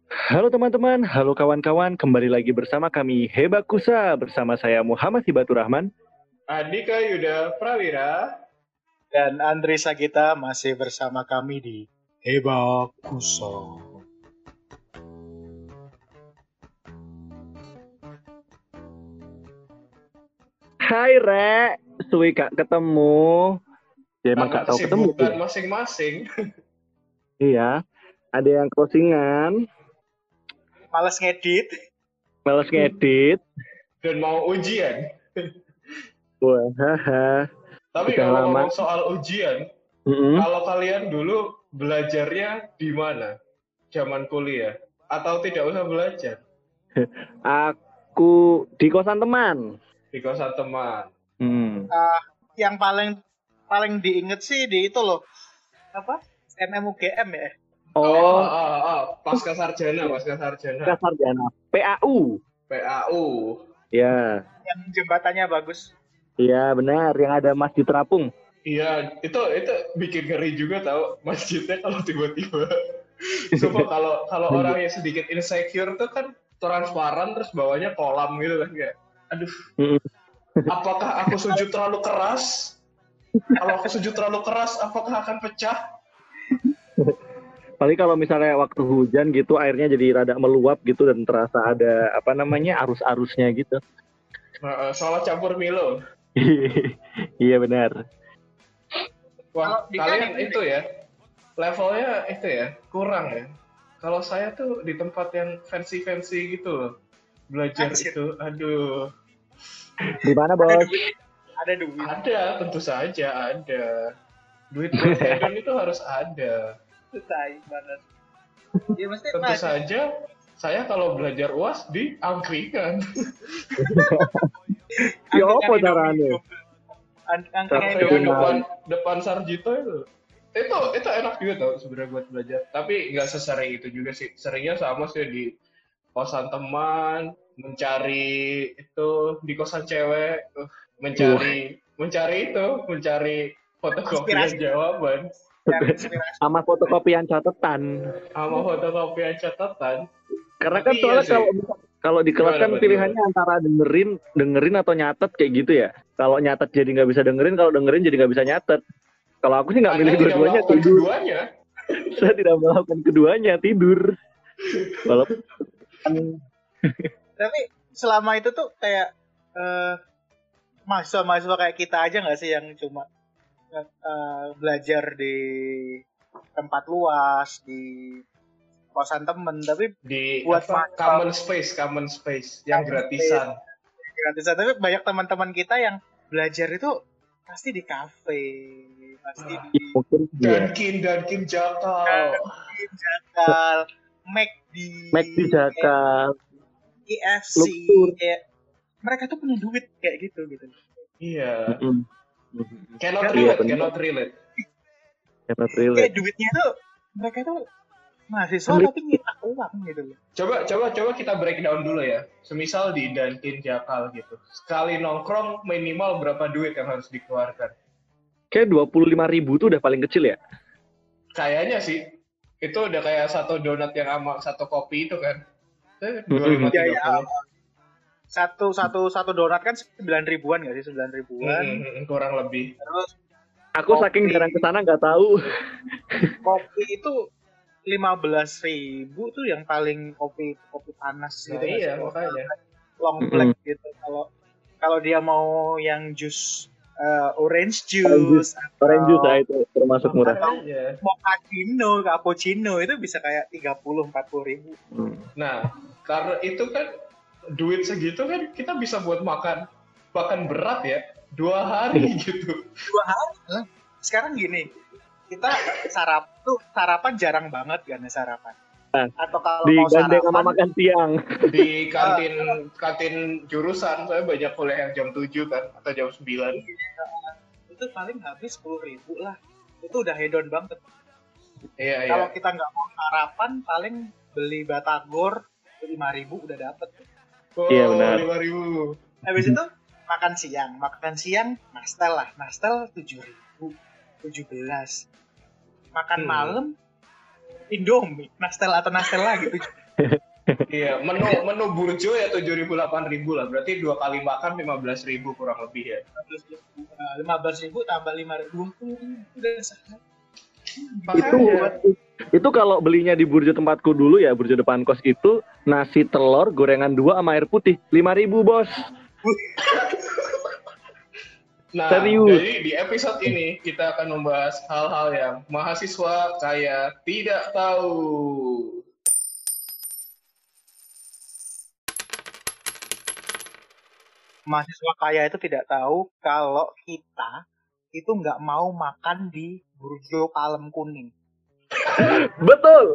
Halo teman-teman, halo kawan-kawan, kembali lagi bersama kami Hebakusa bersama saya Muhammad Hibatur Rahman. Andika Yuda Prawira. Dan Andri Sagita masih bersama kami di Hebakuso. Hai Re, suwi kak ketemu. Ya emang Karena kak tahu ketemu kesibukan ya. masing-masing. Iya, ada yang closingan, Males ngedit. males ngedit. Dan mau ujian. Wah, haha, Tapi udah lama. ngomong-ngomong soal ujian, Mm-mm. kalau kalian dulu belajarnya di mana? Zaman kuliah? Atau tidak usah belajar? Aku di kosan teman. Di kosan teman. Yang paling diinget sih di itu loh. Apa? MMUGM ya? Oh, Pasca sarjana, pasca sarjana. sarjana PAU. PAU. Ya, Yang jembatannya bagus. iya benar, yang ada Masjid Terapung. Iya, itu bikin ngeri juga tau masjidnya kalau tiba-tiba. Coba kalau orang yang sedikit insecure tuh kan transparan terus bawahnya kolam gitu kan kayak, aduh, Mm-mm. apakah aku sujud terlalu keras? Kalau aku sujud terlalu keras, apakah akan pecah? Paling kalau misalnya waktu hujan gitu airnya jadi rada meluap gitu dan terasa ada apa namanya arus-arusnya gitu. Soal campur Milo. Iya benar. Wah, Kalau Dika kalian di itu ya, levelnya itu ya, kurang ya. Kalau saya tuh di tempat yang fancy-fancy gitu loh. Belajar Anjir. itu, aduh. Di mana Ada bos? duit. Ada duit. Ada, tentu saja ada. Duit buat hedon itu harus ada. Tai banget. Ya mesti Tentu saja saya kalau belajar UAS di angkringan. Ya apa caranya? Angkringan Yang Indomie. depan Sarjito itu. Itu enak juga tau sebenarnya buat belajar. Tapi nggak sesering itu juga sih. Seringnya sama sih di kosan teman, mencari itu di kosan cewek, mencari fotokopian Inspirasi. jawaban Yang inspirasi. Sama fotokopian catatan. sama fotokopian catatan. Karena kan Tapi iya soalnya sih. kalau di kelas Gimana, kan Bang? Gimana? pilihannya antara dengerin atau nyatet kayak gitu ya. Kalau nyatet jadi nggak bisa dengerin, kalau dengerin jadi nggak bisa nyatet. Kalau aku sih nggak Anda milih tidak dua-duanya, melakukan tidur. keduanya. Saya tidak melakukan keduanya, tidur. Walaupun Tapi selama itu tuh kayak mahasiswa-mahasiswa kayak kita aja nggak sih yang cuma belajar di tempat luas, di kosan temen, tapi Di buat apa? Common space yang gratisan. gratisan. Tapi banyak teman-teman kita yang belajar itu pasti di kafe, pasti di mungkin ya. Dunkin Jakal. Jakal, McD, McD Jakal, KFC, Luxur. kayak mereka tuh punya duit kayak gitu. Iya. Mm-mm. Cannot Iya, relate, benar. cannot relate. Cannot Kayak relate. duitnya tuh mereka tuh mahasiswa Ambil. tapi nyetak uang gitu loh. Coba kita breakdown dulu ya. Semisal di Dunkin Jakal gitu. Sekali nongkrong minimal berapa duit yang harus dikeluarkan? Kayak 25.000 tuh udah paling kecil ya. Kayaknya sih. Itu udah kayak satu donat yang sama satu kopi itu kan. 25-30. Satu donat kan 9.000-an nggak sih, 9.000-an. Kurang lebih. Terus Aku saking jarang kesana nggak tahu. kopi itu 15.000 tuh yang paling kopi panas Nah, gitu. iya, makanya. Long black gitu. Kalau dia mau yang jus orange juice Orange juice lah itu termasuk murah. Makanya. mochaccino, cappuccino itu bisa kayak 30-40 ribu. Nah, karena itu kan duit segitu kan kita bisa buat makan berat ya 2 hari gitu. 2 hari. Sekarang gini, kita sarapan jarang banget kan sarapan. Atau kalau mau Digandeng sama sarapan makan siang. Di kantin jurusan saya banyak kuliah yang jam 7 kan atau jam 9. itu paling habis 10.000 lah. Itu udah hedon banget. Iya, Kalau iya. kita nggak mau sarapan, paling beli batagor 5.000 udah dapet. Oh, Iya, benar. 5.000. Habis itu makan siang nastel 7.000, 17. Makan malam Indomie, nastel lagi 7. Iya, menu burjo ya 7.000 8.000 lah. Berarti 2 kali makan 15.000 kurang lebih ya. 15.000 tambah 5.000 udah sehat. Makanya. Itu kalau belinya di burjo tempatku dulu ya, burjo depan kos itu nasi telur gorengan 2 sama air putih 5.000 bos. Nah, Serius. jadi di episode ini kita akan membahas hal-hal yang mahasiswa kaya tidak tahu. Mahasiswa kaya itu tidak tahu kalau kita itu nggak mau makan di burjo palem kuning. Betul.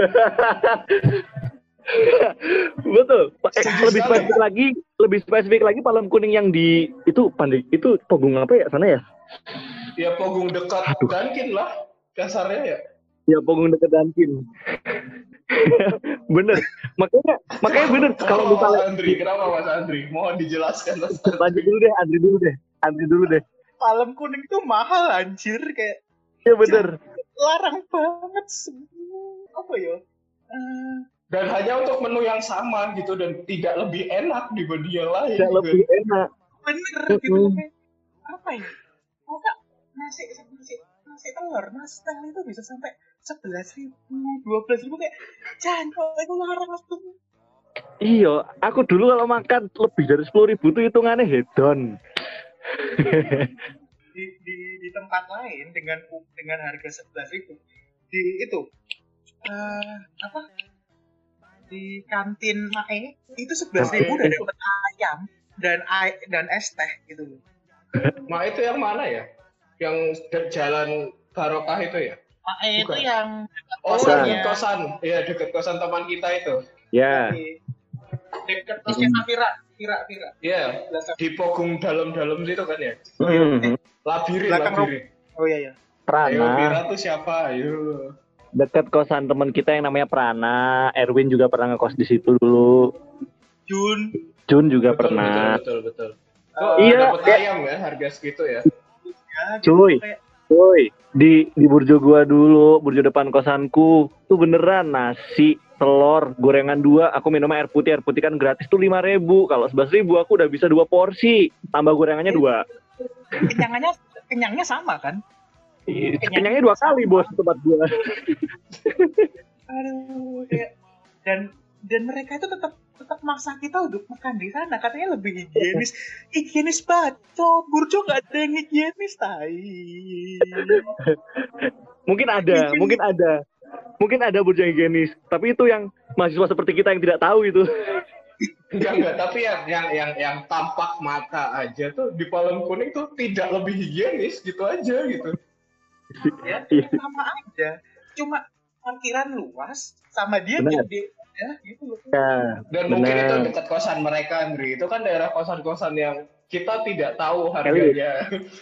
Betul. Lebih spesifik lagi palem kuning yang di itu Pogung apa ya sana ya? Ya Pogung dekat Dunkin lah kasarnya ya. Ya Pogung dekat Dunkin. Bener. Makanya bener kalau misalnya Kenapa Mas Andri? Mohon dijelaskan Mas. Lanjut dulu deh, Andri dulu deh. Palem kuning tuh mahal anjir kayak. Iya bener. Larang banget semua. Apa ya? Dan hanya untuk menu yang sama gitu dan tidak lebih enak dibanding yang lain. Tidak gitu. lebih enak. Bener gitu kayak apa ya? Masa nasi telur itu bisa sampai 11.000, 12.000 kayak jangan itu larang tuh. Iya, aku dulu kalau makan lebih dari 10.000 tuh hitungannya hedon. di tempat lain dengan harga 11.000 di itu apa di kantin Mae itu 11.000 udah dapat ayam dan es teh gitu loh. Ma itu yang mana ya? Yang jalan Barokah itu ya? Mae itu yang dekat kosan. Iya, dekat kosan teman kita itu. Ya. Dekat kosnya Fira. Iya, di Pogung dalam-dalam situ kan ya? Labirin. Oh iya. Prana. Ayo, Fira tuh siapa? Ayo. Dekat kosan teman kita yang namanya Prana. Erwin juga pernah ngekos di situ dulu. Jun juga pernah. Betul. Iya. Dapat ayam ya, harga segitu ya. Cuy, di burjo gua dulu, burjo depan kosanku tuh beneran nasi, telur, gorengan 2, aku minum air putih kan gratis tuh 5.000. Kalau 11.000 aku udah bisa 2 porsi, tambah gorengannya 2. Kenyangnya sama kan? Kenyangnya 2 kali bos tempat gua. Aduh, dan mereka itu tetap maksa kita untuk makan di sana, katanya lebih higienis bacot. Burjo nggak ada yang higienis, tai. Mungkin ada burjo higienis, tapi itu yang mahasiswa seperti kita yang tidak tahu itu. Enggak, tapi yang tampak mata aja tuh di Palem Kuning tuh tidak lebih higienis gitu aja gitu. Ya, sama aja. Cuma parkiran luas sama dia gede. Ya, gitu loh. Ya, dan mungkin itu dekat kosan mereka, Andri. Itu kan daerah kosan-kosan yang kita tidak tahu harganya.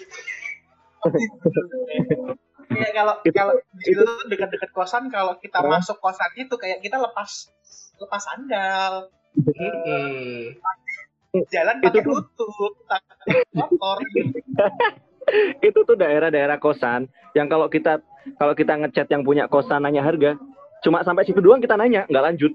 Ya, kalau itu dekat-dekat kosan, kalau kita masuk kosan itu kayak kita lepas sandal. Jalan pakai lutut, motor. Itu tuh daerah-daerah kosan yang kalau kita ngechat yang punya kosan nanya harga, cuma sampai situ doang kita nanya, nggak lanjut.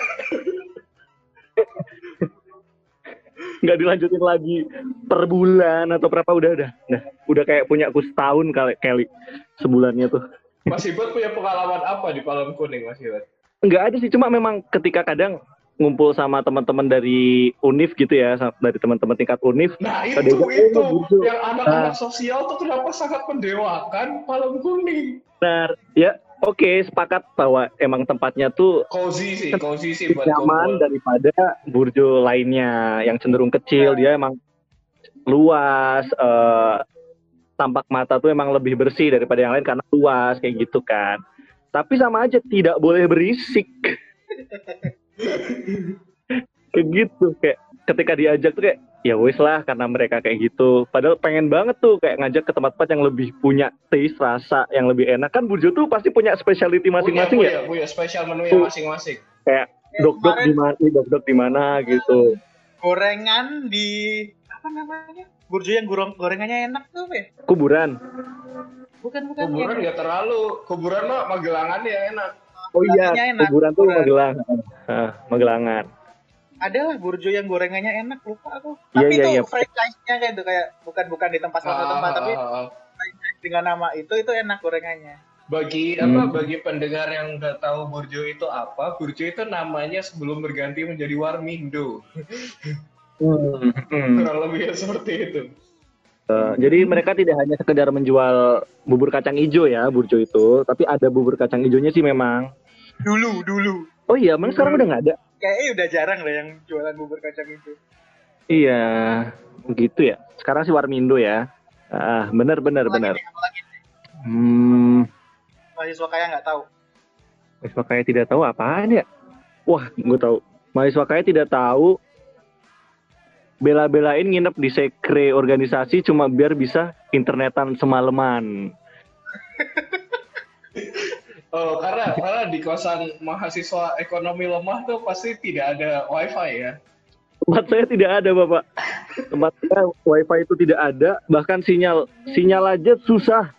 Nggak dilanjutin lagi per bulan atau berapa, udah kayak punya aku setahun kali sebulannya tuh. Mas Ibad punya pengalaman apa di Palem Kuning, Mas Ibad? Nggak ada sih, cuma memang ketika kadang ngumpul sama teman-teman dari UNIF gitu ya, dari teman-teman tingkat UNIF. Nah itu yang anak-anak sosial tuh kenapa sangat mendewakan Palem Kuning. Benar, ya. Oke, sepakat bahwa emang tempatnya tuh cozy sih buat nyaman daripada burjo lainnya yang cenderung kecil. Dia emang luas, tampak mata tuh emang lebih bersih daripada yang lain karena luas kayak gitu kan. Tapi sama aja tidak boleh berisik. Kayak gitu, kayak ketika diajak tuh kayak ya wis lah karena mereka kayak gitu. Padahal pengen banget tuh kayak ngajak ke tempat-tempat yang lebih punya taste, rasa yang lebih enak. Kan burjo tuh pasti punya specialty masing-masing ya. Punya spesial menunya masing-masing. Kayak dok-dok di mana gitu. Gorengan di apa namanya? Burjo yang gorengannya enak tuh ya? Kuburan. Bukan. Kuburan ya terlalu. Kuburan mah Magelangan ya enak. Oh iya, Gorengannya enak. kuburan tuh Magelang. Magelangan. Ada lah burjo yang gorengannya enak, lupa aku. Iya, Tapi iya, itu iya. franchise-nya kayak itu kayak bukan di tempat suatu tempat, tapi franchise dengan nama itu enak gorengannya. Bagi pendengar yang nggak tahu burjo itu apa, burjo itu namanya sebelum berganti menjadi Warmindo. Kurang lebih seperti itu. Jadi mereka tidak hanya sekedar menjual bubur kacang hijau ya, burjo itu, tapi ada bubur kacang hijaunya sih memang. Dulu. Oh iya, emang sekarang udah nggak ada? Kayaknya udah jarang lah yang jualan bubur kacang itu. Iya, gitu ya. Sekarang sih Warmindo ya. Benar. Apalagi. Mahasiswa kaya nggak tahu. Mahasiswa kaya tidak tahu apaan ya? Wah, gue tahu. Mahasiswa kaya tidak tahu bela-belain nginep di sekre organisasi cuma biar bisa internetan semalaman. Oh, karena di kosan mahasiswa ekonomi lemah tuh pasti tidak ada wifi ya. Tempat saya tidak ada, Bapak. Tempat saya wifi itu tidak ada, bahkan sinyal aja susah.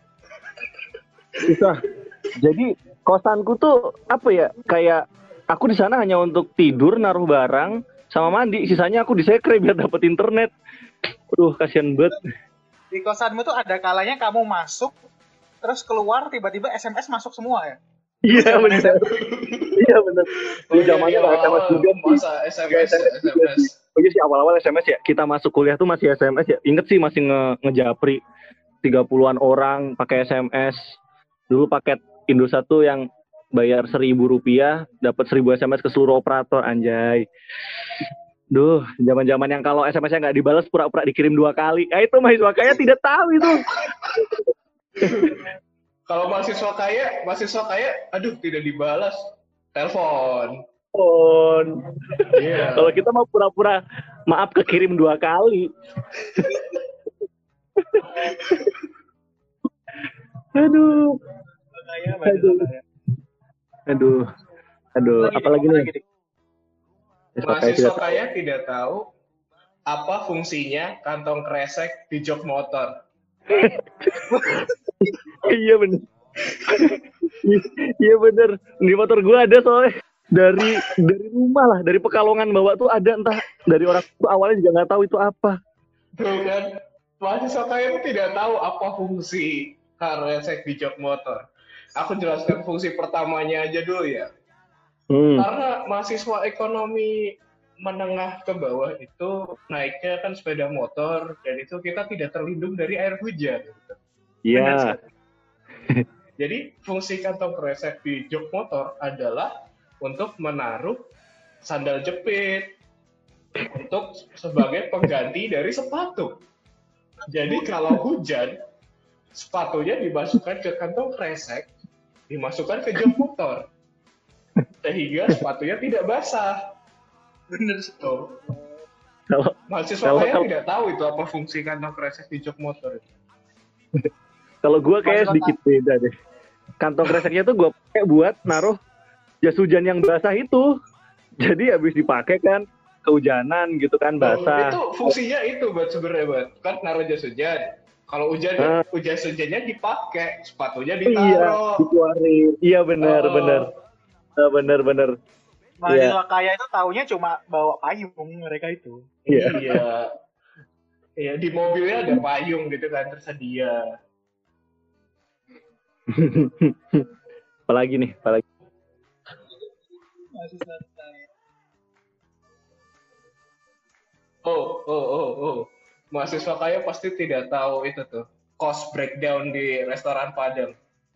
Jadi kosanku tuh apa ya? Kayak aku di sana hanya untuk tidur, naruh barang, sama mandi. Sisanya aku di sekre biar dapat internet. Aduh, kasihan banget. Di kosanmu tuh ada kalanya kamu masuk, terus keluar tiba-tiba SMS masuk semua ya? Iya benar. Iya benar. Di zamannya SMS juga masa SMS. Oh iya sih awal-awal SMS ya. Kita masuk kuliah tuh masih SMS ya. Ingat sih masih ngejapri 30-an orang pakai SMS. Dulu paket Indosat tuh yang bayar Rp1.000 dapat 1.000 SMS ke seluruh operator, anjay. Duh, zaman-zaman yang kalau SMS-nya nggak dibalas pura-pura dikirim 2 kali. Itu mahasiswa kaya tidak tahu itu. Kalau mahasiswa kaya, aduh tidak dibalas, telepon. Yeah. Kalau kita mau pura-pura maaf kekirim 2 kali. Aduh, apalagi nih? Mahasiswa kaya tidak tahu apa fungsinya kantong kresek di jok motor. Iya bener. Iya bener. Di motor gue ada soalnya dari rumah lah, dari Pekalongan bawa tuh ada, entah dari orang tua awalnya juga nggak tahu itu apa. Tuh kan, mahasiswa kaya itu tidak tahu apa fungsi kresek di jok motor. Aku jelaskan fungsi pertamanya aja dulu ya. Karena mahasiswa ekonomi menengah ke bawah itu naiknya kan sepeda motor, dan itu kita tidak terlindung dari air hujan. Iya. Jadi fungsi kantong kresek di jok motor adalah untuk menaruh sandal jepit, untuk sebagai pengganti dari sepatu. Jadi kalau hujan, sepatunya dimasukkan ke kantong kresek, dimasukkan ke jok motor, sehingga sepatunya tidak basah. Bener sih. Mahasiswa kaya tidak tahu itu apa fungsi kantong kresek di jok motor. Kalau gue kayak sedikit beda deh. Kantong kreseknya tuh gue pakai buat naruh jas hujan yang basah itu. Jadi habis dipakai kan kehujanan gitu kan basah. Itu fungsinya itu buat sebenarnya kan naruh jas hujan. Kalau hujan hujannya dipakai, sepatunya ditaruh. Iya, dikeluarin. Iya benar. Mahasiswa kaya itu taunya cuma bawa payung mereka itu. Iya. Iya, di mobilnya ada payung gitu kan tersedia. Apalagi nih? Mahasiswa kaya. Mahasiswa kaya pasti tidak tahu itu tuh, cost breakdown di restoran Padang.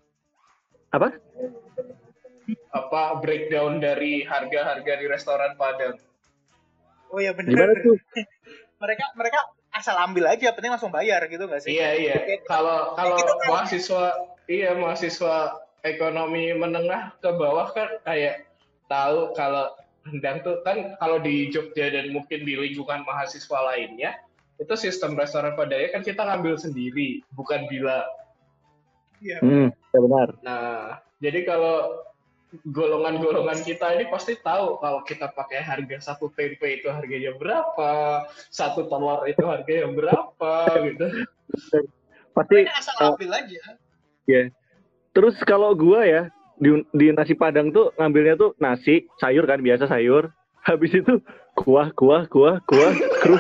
Apa breakdown dari harga-harga di restoran Padang? Oh iya benar. mereka asal ambil aja, penting langsung bayar gitu nggak sih? Iya. Kalau mahasiswa ekonomi menengah ke bawah kan kayak tahu kalau rendang tuh kan, kalau di Jogja dan mungkin di lingkungan mahasiswa lainnya itu sistem restoran Padangnya kan kita ngambil sendiri, bukan bila. Iya. Ya benar. Nah, jadi kalau golongan-golongan kita ini pasti tahu kalau kita pakai harga satu tempe itu harganya berapa, satu telur itu harganya berapa gitu. Pasti asal ambil aja. Ya. Terus kalau gue ya di nasi Padang tuh ngambilnya tuh nasi, sayur kan biasa sayur. Habis itu kuah, kru.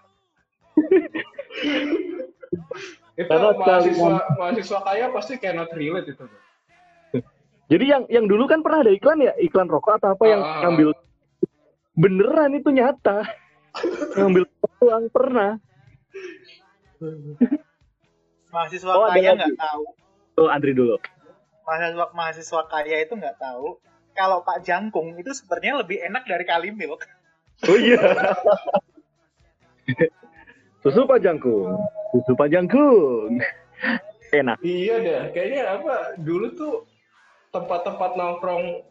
Itu Karena mahasiswa kaya pasti cannot relate itu. Jadi yang dulu kan pernah ada iklan ya, iklan rokok atau apa yang ngambil beneran itu nyata. Ngambil uang pernah. Mahasiswa kaya nggak tahu. Oh, Andri dulu. Mahasiswa kaya itu nggak tahu kalau Pak Jangkung itu sebenarnya lebih enak dari Kalimilk. Oh iya. Susu Pak Jangkung. Enak. Iya deh, kayaknya apa dulu tuh tempat-tempat nongkrong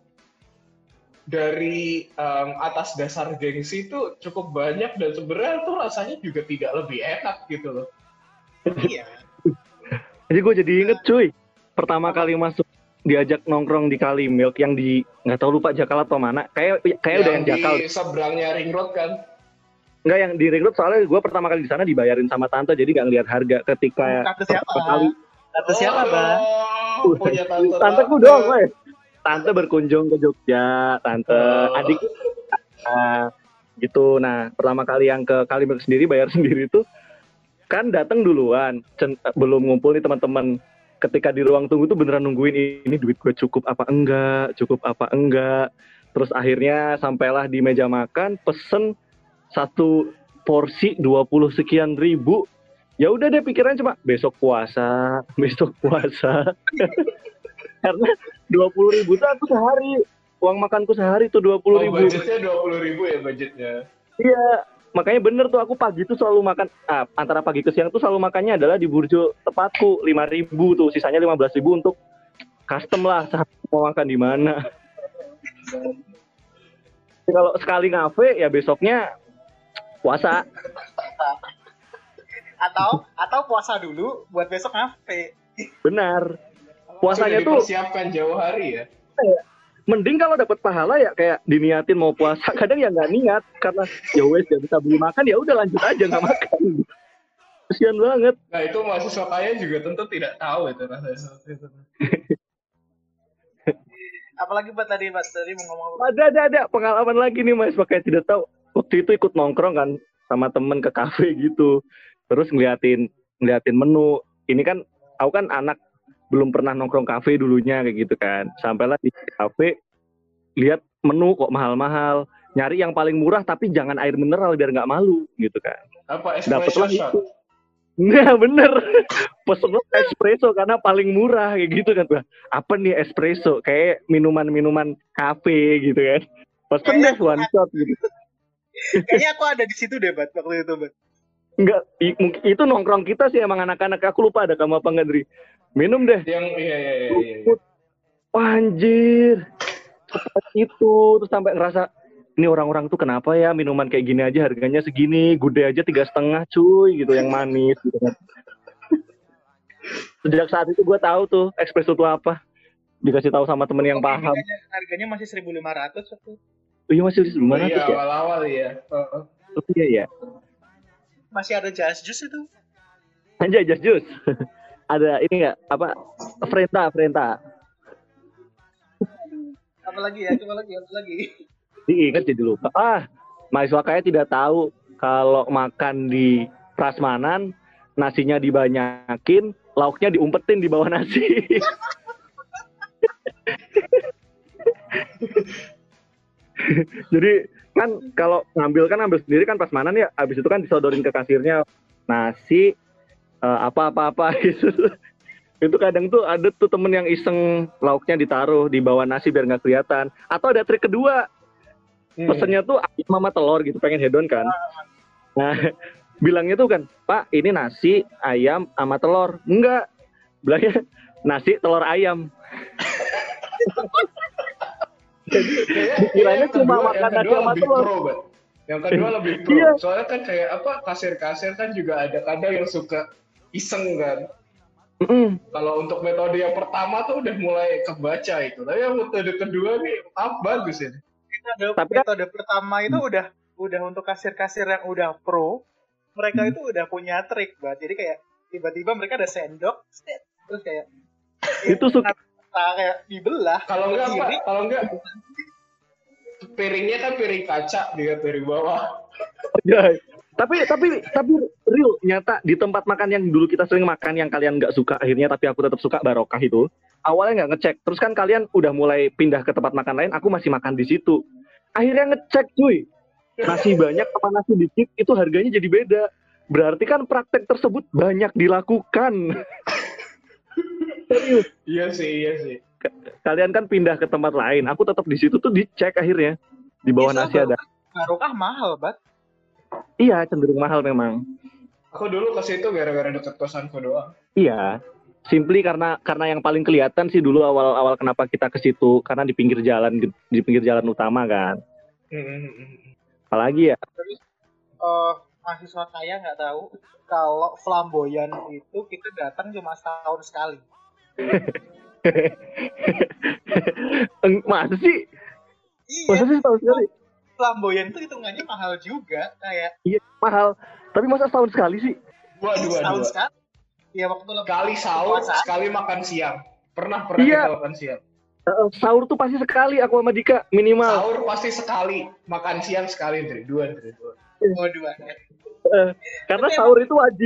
dari atas dasar gengsi itu cukup banyak dan sebenarnya tuh rasanya juga tidak lebih enak gitu loh. Iya. Jadi gue jadi inget cuy, pertama kali masuk diajak nongkrong di Kalimilk yang di nggak tahu lupa Jakal atau mana, kayak udah yang Jakal. Di seberangnya Ring Road kan? Enggak, yang di Ring Road soalnya gue pertama kali di sana dibayarin sama tante jadi nggak ngeliat harga ketika pertama kali. Tante siapa, Bang? Punya tante. Tanteku dong, weh. Tante berkunjung ke Jogja, tante adik gitu. Nah, pertama kali yang ke Kalimilk sendiri bayar sendiri tuh kan datang duluan, belum ngumpul nih teman-teman. Ketika di ruang tunggu tuh beneran nungguin ini duit gue cukup apa enggak. Terus akhirnya sampailah di meja makan, pesen satu porsi 20 sekian ribu. Ya udah deh pikirannya cuma besok puasa. Karena 20 ribu tuh aku sehari. Uang makanku sehari tuh 20 ribu. Budgetnya 20 ribu ya budgetnya. Iya. Makanya bener tuh aku pagi tuh selalu makan, antara pagi ke siang tuh selalu makannya adalah di burjo tepatku 5.000 tuh, sisanya 15.000 untuk custom lah, mau makan di mana. Kalau sekali ngafe ya besoknya puasa. Atau puasa dulu buat besok ngafe. Benar. Puasanya tuh dipersiapkan jauh hari ya. Mending kalau dapat pahala ya kayak diniatin mau puasa, kadang ya nggak niat karena ya wes gak bisa beli makan, ya udah lanjut aja nggak makan. Kasian banget. Nah itu mahasiswa kaya juga tentu tidak tahu itu rasanya seperti itu. Apalagi tadi mau ngomong. Ada pengalaman lagi nih Mas, makanya tidak tahu. Waktu itu ikut nongkrong kan sama temen ke kafe gitu, terus ngeliatin menu. Ini kan aku kan anak belum pernah nongkrong kafe dulunya kayak gitu kan. Sampailah di kafe, lihat menu kok mahal-mahal. Nyari yang paling murah tapi jangan air mineral biar nggak malu gitu kan. Apa espresso shot? Nah bener. Pesen espresso karena paling murah kayak gitu kan. Apa nih espresso? Kayak minuman kafe gitu kan. Pesen deh one shot gitu. Kayaknya aku ada di situ deh, Bat, waktu itu, Bat. Enggak, itu nongkrong kita sih emang anak-anak. Aku lupa ada kamu apa enggak, Dri. Minum deh. Yang iya. Anjir. Seperti itu. Terus sampai ngerasa, ini orang-orang tuh kenapa ya minuman kayak gini aja harganya segini. Gudeg aja 3,5 cuy gitu, yang manis gitu kan. Sejak saat itu gue tahu tuh espresso itu apa. Dikasih tahu sama temen yang paham. Harganya masih 1.500 tuh. Iya masih 1.500 ya? Iya, awal-awal ya. Iya ya. Masih ada Just Juice itu. Anjay, Just Juice. Ada ini nggak? Apa? Frenta. Apa lagi ya? Coba lagi. Diingat jadi lupa. Mahasiswa kaya tidak tahu kalau makan di prasmanan, nasinya dibanyakin, lauknya diumpetin di bawah nasi. Jadi kan kalau ngambil sendiri kan prasmanan ya, habis itu kan disodorin ke kasirnya nasi apa-apa gitu. Itu kadang tuh ada tuh temen yang iseng lauknya ditaruh di bawah nasi biar nggak kelihatan. Atau ada trik kedua, pesennya tuh ayam sama telur gitu, pengen hedon kan. Nah bilangnya tuh kan, Pak ini nasi ayam sama telur. Enggak, bilangnya nasi telur ayam. Jadi dikiranya cuma makan nasi sama telur. Yang kedua lebih pro. Iya. Soalnya kan kayak apa, kasir-kasir kan juga ada kadang yang suka iseng kan. Kalau untuk metode yang pertama tuh udah mulai kebaca itu. Tapi yang metode kedua nih bagus ya. Tapi metode pertama itu udah untuk kasir-kasir yang udah pro. Mereka itu udah punya trik, Mbak. Jadi kayak tiba-tiba mereka ada sendok, terus kayak itu rata kayak dibelah. Kalau enggak apa? Kiri. Kalau enggak piringnya kan piring kaca dia piring bawah. Ya. Tapi real nyata di tempat makan yang dulu kita sering makan yang kalian nggak suka akhirnya tapi aku tetap suka, Barokah itu. Awalnya nggak ngecek, terus kan kalian udah mulai pindah ke tempat makan lain, aku masih makan di situ. Akhirnya ngecek cuy, nasi banyak apa nasi dikit itu harganya jadi beda. Berarti kan praktek tersebut banyak dilakukan. Serius. Iya sih. Kalian kan pindah ke tempat lain, aku tetap di situ tuh dicek akhirnya. Di bawah nasi ada. Barokah mahal, Bat. Iya, cenderung mahal memang. Aku dulu ke situ gara-gara deket kosanku doang. Iya. Simply karena yang paling kelihatan sih dulu awal kenapa kita ke situ karena di pinggir jalan utama kan. Apalagi ya? Terus mahasiswa saya nggak tahu kalau flamboyan itu kita datang cuma setahun sekali. Masa sih? Iya. Masa sih setahun sekali? Flamboyan itu hitungannya mahal juga kayak. Iya mahal. Tapi masa setahun sekali sih? Setahun sekali. Ya waktu sekali sahur, sekali makan siang. Pernah iya. kita makan siang. Sahur tuh pasti sekali aku sama Dika minimal. Sahur pasti sekali, makan siang sekali dua. Oh, dua. Karena sahur itu wajib.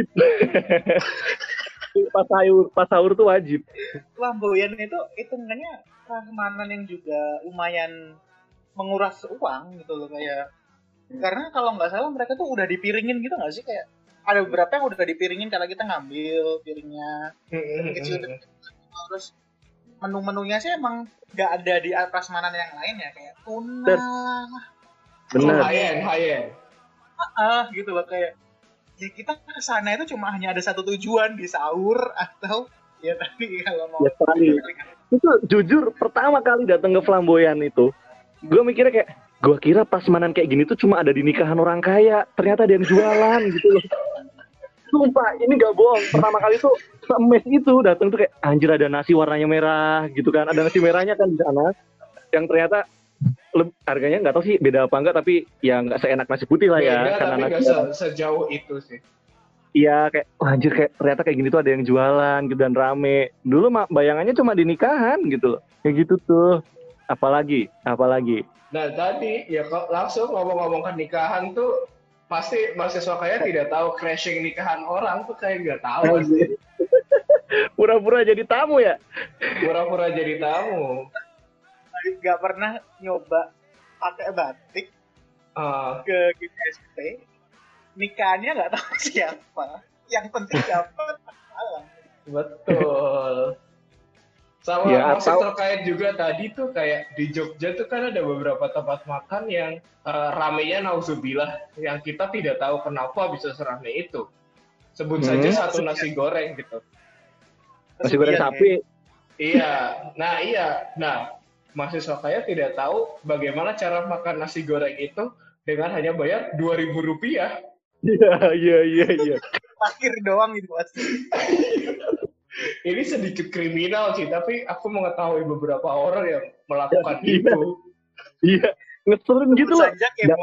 pas sahur tuh wajib. Flamboyan itu hitungannya prasmanan yang juga lumayan menguras uang gitu loh kayak. Karena kalau nggak salah mereka tuh udah dipiringin gitu nggak sih kayak ada beberapa yang udah dipiringin kalau kita ngambil piringnya kecil terus menu-menunya sih emang nggak ada di prasmanan yang lain ya kayak tuna. Bener. High-end. Gitu loh kayak ya kita kesana itu cuma hanya ada satu tujuan di sahur atau ya tadi kalau mau. Ya, itu jujur pertama kali datang ke Flamboyan itu, gue mikirnya kayak gue kira prasmanan kayak gini tuh cuma ada di nikahan orang kaya, ternyata ada yang jualan gitu loh. Sumpah, ini gak bohong. Pertama kali tuh mes itu datang tuh kayak anjir ada nasi warnanya merah gitu kan, ada nasi merahnya kan di sana, yang ternyata harganya nggak tahu sih beda apa enggak, tapi ya nggak seenak nasi putih lah ya. Beda, karena tapi nggak sejauh itu sih. Iya kayak anjir kayak ternyata kayak gini tuh ada yang jualan gitu dan rame. Dulu bayangannya cuma di nikahan gitu loh, kayak gitu tuh. Apalagi. Nah tadi ya kok langsung ngomong-ngomong ke nikahan tuh pasti mahasiswa kaya tidak tahu crashing nikahan orang tuh kayak nggak tahu pasti. Pura-pura jadi tamu ya? Pura-pura jadi tamu. Nggak pernah nyoba pakai batik ke GSP. Nikahannya nggak tahu siapa. Yang penting dapat malam. Betul. Sama ya, masih terkait juga tadi tuh kayak di Jogja tuh kan ada beberapa tempat makan yang ramenya nauzubillah yang kita tidak tahu kenapa bisa serame itu. Sebut saja satu nasi goreng gitu. Nasi goreng sapi. Iya. Nah, mahasiswa kaya tidak tahu bagaimana cara makan nasi goreng itu dengan hanya bayar Rp2.000. Iya. Parkir doang itu pasti. Ini sedikit kriminal sih, tapi aku mengetahui beberapa orang yang melakukan itu. Iya, ngeselin gitu loh.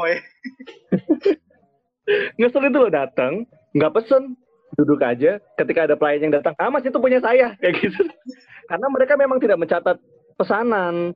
Ngeselin tuh loh datang, nggak pesen, duduk aja. Ketika ada pelayan yang datang, mas itu punya saya, kayak gitu. Karena mereka memang tidak mencatat pesanan.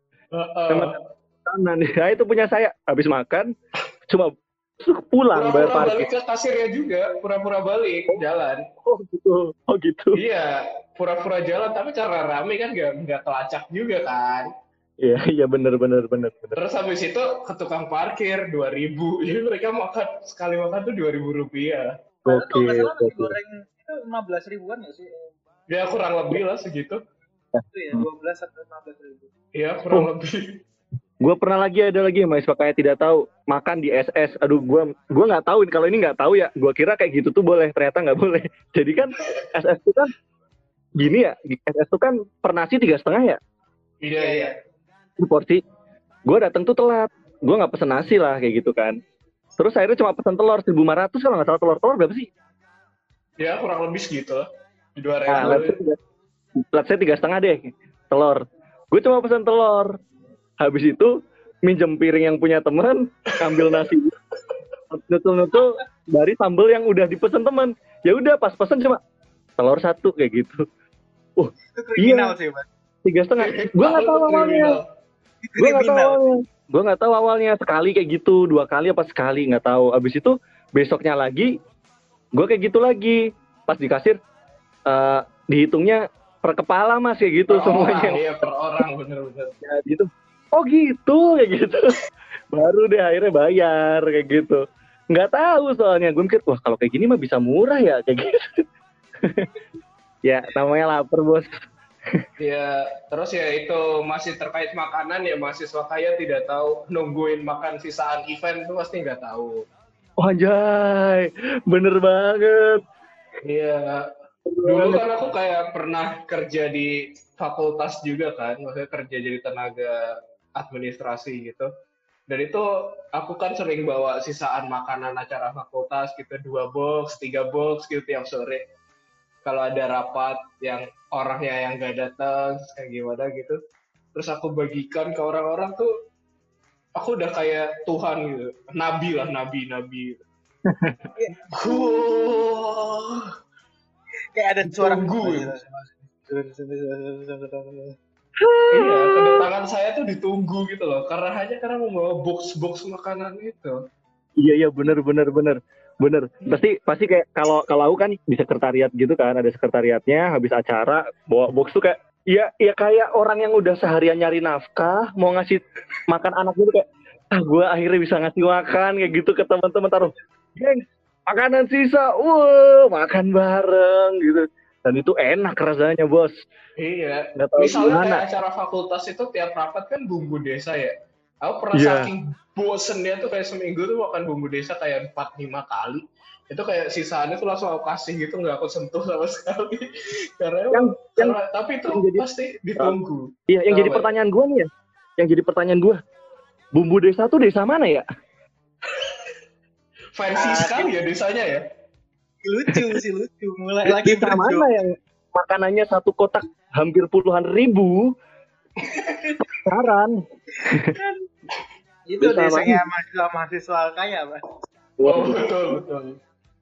Ya itu punya saya. Habis makan, cuma pulang bayar parkir. Balik ke kasirnya juga, pura-pura balik jalan. Oh gitu. Iya, pura-pura jalan tapi karena rame kan nggak kelacak juga kan. Iya benar. Terus habis itu ke tukang parkir 2.000. Jadi mereka sekali makan tuh Rp2.000. Oke. Nasi goreng itu 15 ribuan nggak sih? Ya kurang lebih lah segitu. Itu ya 12 sampai 15 ribu. Iya kurang lebih. Gue pernah ada lagi mahasiswa kayak tidak tahu makan di SS. Aduh, gue nggak tahu kalau ini nggak tahu ya. Gue kira kayak gitu tuh boleh, ternyata nggak boleh. Jadi kan SS itu kan gini ya, SS itu kan per nasi 3,5 ya. Iya. Di porsi. Gue datang tuh telat. Gue nggak pesen nasi lah kayak gitu kan. Terus akhirnya cuma pesen telur 1.500 kalau nggak salah telur berapa sih? Ya kurang lebih segitu. Di 2 Plat saya 3,5 deh telur. Gue cuma pesen telur. Habis itu minjem piring yang punya teman, ambil nasi, nutul dari sambal yang udah dipesen teman. Ya udah pas pesen cuma telur 1 kayak gitu. Itu kriminal sih, Mas. 3,5. Gue nggak tahu awalnya. Gue nggak tahu awalnya. Sekali kayak gitu, 2 kali apa sekali nggak tahu. Abis itu besoknya lagi, gue kayak gitu lagi. Pas di kasir, dihitungnya per kepala mas kayak gitu per semuanya. Orang, iya per orang bener-bener. Ya, gitu. Oh gitu kayak gitu. Baru deh akhirnya bayar kayak gitu. Nggak tahu soalnya gue mikir wah kalau kayak gini mah bisa murah ya kayak gitu. Ya namanya lapar bos. Ya, terus ya itu masih terkait makanan ya mahasiswa kaya tidak tahu nungguin makan sisaan event itu pasti nggak tahu. Oh, anjay, bener banget. Iya, dulu kan aku kayak pernah kerja di fakultas juga kan, maksudnya kerja jadi tenaga administrasi gitu. Dan itu aku kan sering bawa sisaan makanan acara fakultas gitu, 2 box, 3 box gitu tiap sore. Kalau ada rapat yang orangnya yang nggak datang, kayak gimana gitu. Terus aku bagikan ke orang-orang tuh, aku udah kayak Tuhan gitu, nabi lah, nabi. Kayak ada suara Tunggu gitu. Iya, kedatangan saya tuh ditunggu gitu loh, karena membawa box-box makanan itu. Iya bener. Pasti kayak kalau aku kan di sekretariat gitu kan, ada sekretariatnya habis acara bawa box tuh kayak iya kayak orang yang udah seharian nyari nafkah mau ngasih makan anak gitu kayak gue akhirnya bisa ngasih makan kayak gitu ke teman-teman taruh geng makanan sisa makan bareng gitu dan itu enak rasanya bos. Iya, Nggak tahu misalnya gimana. kayak acara fakultas itu tiap rapat kan bumbu desa ya. Aku pernah Iya. saking bosennya tuh kayak seminggu tuh makan bumbu desa kayak 4-5 kali. Itu kayak sisaannya tuh langsung aku kasih gitu, nggak aku sentuh sama sekali. Tapi itu pasti ditunggu. Iya, yang jadi pertanyaan gue nih ya. Yang jadi pertanyaan gue, bumbu desa tuh desa mana ya? Fancy sekali ya desanya ya. Lucu. Mulai lagi desa mana yang makanannya satu kotak hampir puluhan ribu? Saran. Itu desanya mahasiswa kaya, Pak. Oh, betul.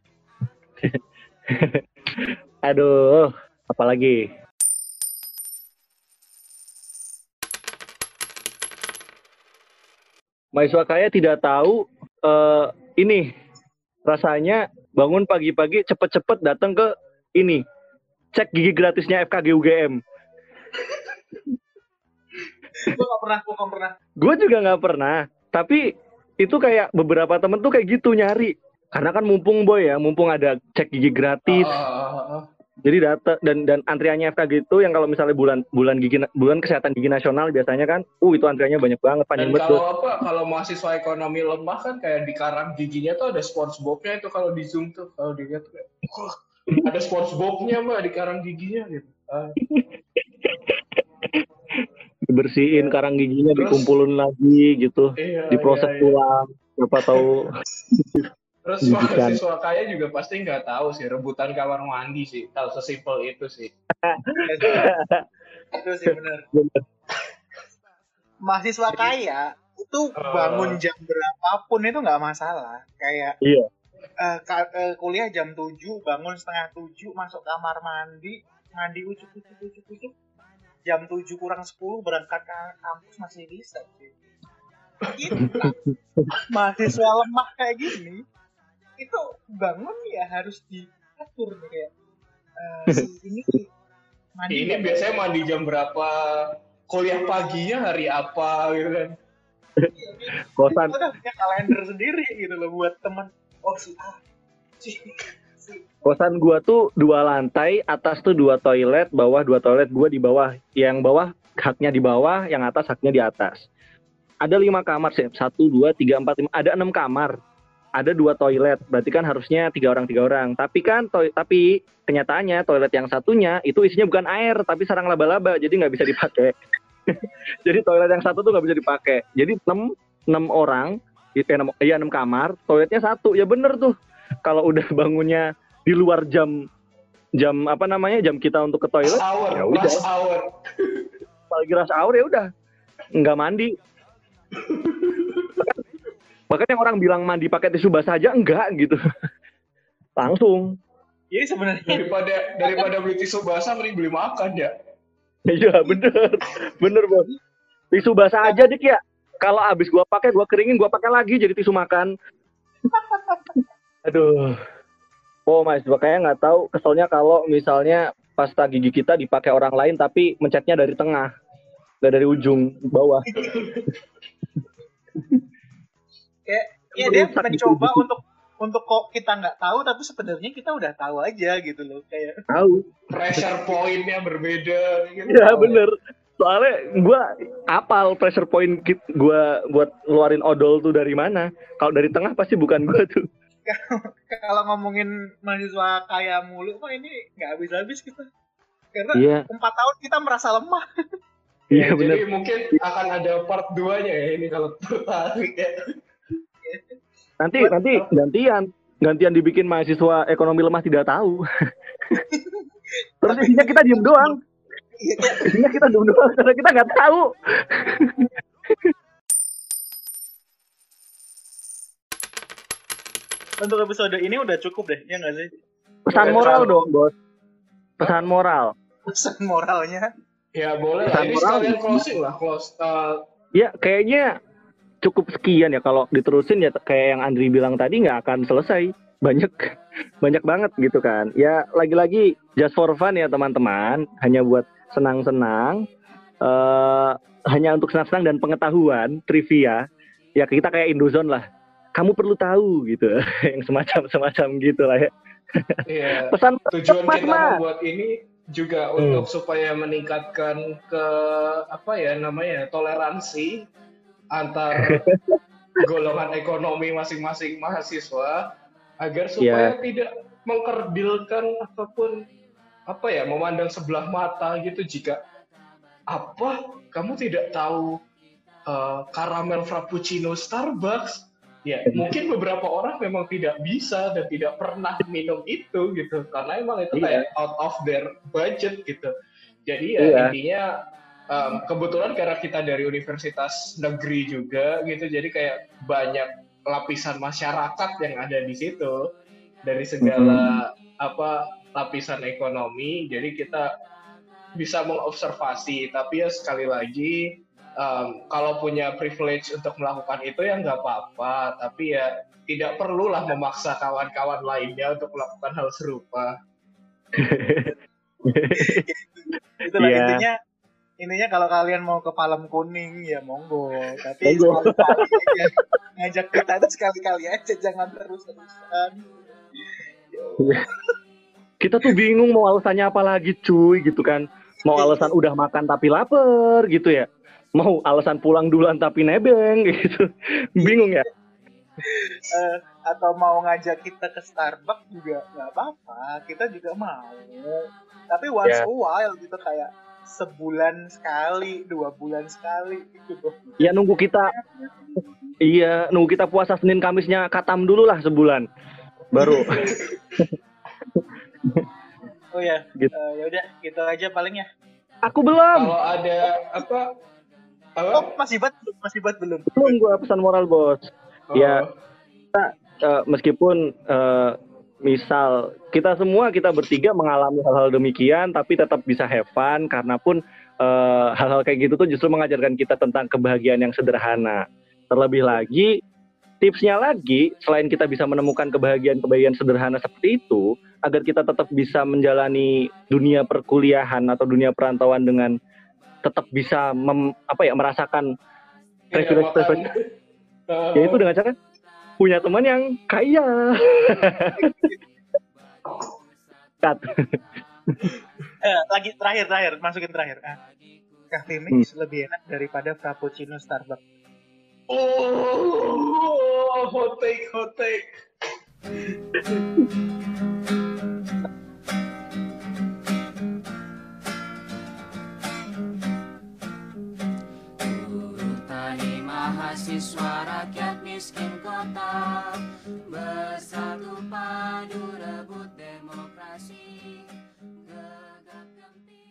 Aduh, apalagi? Mahasiswa kaya tidak tahu ini rasanya bangun pagi-pagi cepet-cepet datang ke ini cek gigi gratisnya FKG UGM. Gue gak pernah. Gue juga nggak pernah. Tapi itu kayak beberapa temen tuh kayak gitu nyari. Karena kan mumpung ada cek gigi gratis. Jadi data dan antriannya FKG itu yang kalau misalnya bulan kesehatan gigi nasional biasanya kan, itu antriannya banyak banget panjang banget. Dan kalau mahasiswa ekonomi lemah kan kayak di karang giginya tuh ada SpongeBob-nya itu kalau di Zoom tuh kalau dilihat ada SpongeBob-nya Mbak di karang giginya gitu. Dibersihin karang giginya, dikumpulin lagi gitu, diproses ulang, siapa tahu. Terus mahasiswa kaya juga pasti nggak tahu sih rebutan kamar mandi sih, tahu sesimpel itu sih. Itu sih benar. Mahasiswa kaya itu bangun jam berapapun itu nggak masalah. Kayak kuliah jam 7, bangun setengah 7, masuk kamar mandi ucuk. Jam 7 kurang 10 berangkat ke kampus masih bisa sih. Gitu. Mahasiswa lemah kayak gini itu bangun ya harus diatur kayak ini mandi. Ini biasanya mandi jam berapa, kuliah paginya hari apa gitu kan. Kosan udah punya kalender sendiri gitu loh buat teman. Kosan gua tuh 2 lantai, atas tuh 2 toilet, bawah 2 toilet, gua di bawah. Yang bawah haknya di bawah, yang atas haknya di atas. Ada 5 kamar sih, 1, 2, 3, 4, 5, ada 6 kamar. Ada 2 toilet, berarti kan harusnya 3 orang. Tapi kenyataannya toilet yang satunya itu isinya bukan air, tapi sarang laba-laba, jadi nggak bisa dipakai. Jadi toilet yang satu tuh nggak bisa dipakai. Jadi 6 orang, 6 kamar, toiletnya 1. Ya bener tuh. Kalau udah bangunnya di luar jam kita untuk ke toilet, ya udah. Lagi rush hour ya udah, nggak mandi. Bahkan yang orang bilang mandi pakai tisu basah aja enggak gitu. Langsung. Jadi sebenarnya daripada beli tisu basah mending beli makan ya. Iya bener, bener bos. Tisu basah aja dik ya. Kalau abis gua pakai, gua keringin, gua pakai lagi jadi tisu makan. Aduh. Oh mas, makanya nggak tahu keselnya kalau misalnya pasta gigi kita dipakai orang lain tapi mencetnya dari tengah, nggak dari ujung bawah. Kayak ya dia Merusak gitu. mencoba untuk kok kita nggak tahu, tapi sebenarnya kita udah tahu aja gitu loh, kayak Tahu. Pressure point-nya berbeda gitu. Iya bener. Soalnya gue apal pressure point gue buat ngeluarin odol tuh dari mana. Kalau dari tengah pasti bukan gue tuh. kalau ngomongin mahasiswa kaya mulu kok ini nggak habis-habis kita, karena Iya. 4 tahun kita merasa lemah. Iya Ya, bener. jadi mungkin akan ada part 2-nya ya ini kalau tertarik ya. Nanti gantian dibikin mahasiswa ekonomi lemah tidak tahu. Terus Tapi- isinya kita diem doang. Iya, Isinya kita diem doang karena kita nggak tahu. untuk episode ini udah cukup deh, ya nggak sih? Pesan Oke, moral terlalu. dong bos. Pesan moral. Pesan moralnya. Ya boleh lah. Pesan Ini moral. sekalian closing lah. Ya kayaknya cukup sekian ya, kalau diterusin ya kayak yang Andri bilang tadi nggak akan selesai. Banyak banget gitu kan. Ya lagi-lagi just for fun ya teman-teman, hanya buat senang-senang, hanya untuk senang-senang dan pengetahuan, trivia. Ya kita kayak Indozone lah. Kamu perlu tahu gitu. Yang semacam gitu lah ya. Iya. Pesan Tujuan Mas, kita Mas. membuat ini juga untuk supaya meningkatkan toleransi antar golongan ekonomi masing-masing mahasiswa, agar supaya tidak mengkerdilkan ataupun memandang sebelah mata gitu jika kamu tidak tahu karamel frappuccino Starbucks. Ya, mungkin beberapa orang memang tidak bisa dan tidak pernah minum itu gitu, karena emang itu kayak out of their budget gitu. Jadi ya intinya kebetulan karena kita dari universitas negeri juga gitu, jadi kayak banyak lapisan masyarakat yang ada di situ dari segala lapisan ekonomi. Jadi kita bisa mengobservasi, tapi ya sekali lagi kalau punya privilege untuk melakukan itu ya nggak apa-apa, tapi ya tidak perlulah memaksa kawan-kawan lainnya untuk melakukan hal serupa. Itulah Iya. intinya kalau kalian mau ke Palem Kuning ya monggo, tapi sekali-kali aja ngajak kita itu sekali-kali aja, jangan terus-terusan. Kita tuh bingung mau alasannya apa lagi cuy gitu kan. Mau alasan udah makan tapi lapar gitu ya. Mau alasan pulang duluan tapi nebeng gitu. Bingung ya. Atau mau ngajak kita ke Starbucks juga nggak apa-apa, kita juga mau. Tapi once a while gitu, kayak sebulan sekali, 2 bulan sekali gitu. Ya nunggu kita puasa Senin Kamisnya katam dulu lah sebulan. Baru. Oh ya, gitu. Ya udah gitu aja paling ya. Aku belum. Kalau ada Oh, masih buat belum. Belum gua pesan moral, Bos. Ya, kita, meskipun misal kita bertiga mengalami hal-hal demikian, tapi tetap bisa have fun, karena pun hal-hal kayak gitu tuh justru mengajarkan kita tentang kebahagiaan yang sederhana. Terlebih lagi, tipsnya lagi, selain kita bisa menemukan kebahagiaan sederhana seperti itu, agar kita tetap bisa menjalani dunia perkuliahan atau dunia perantauan dengan tetap bisa merasakan privilege. Yaitu dengan cara punya teman yang kaya. Cut. Lagi terakhir, masukin terakhir. Cafe Mix lebih enak daripada Frappuccino Starbucks. Oh, hot take. Mahasiswa rakyat miskin kota bersatu padu rebut demokrasi gegap gempita.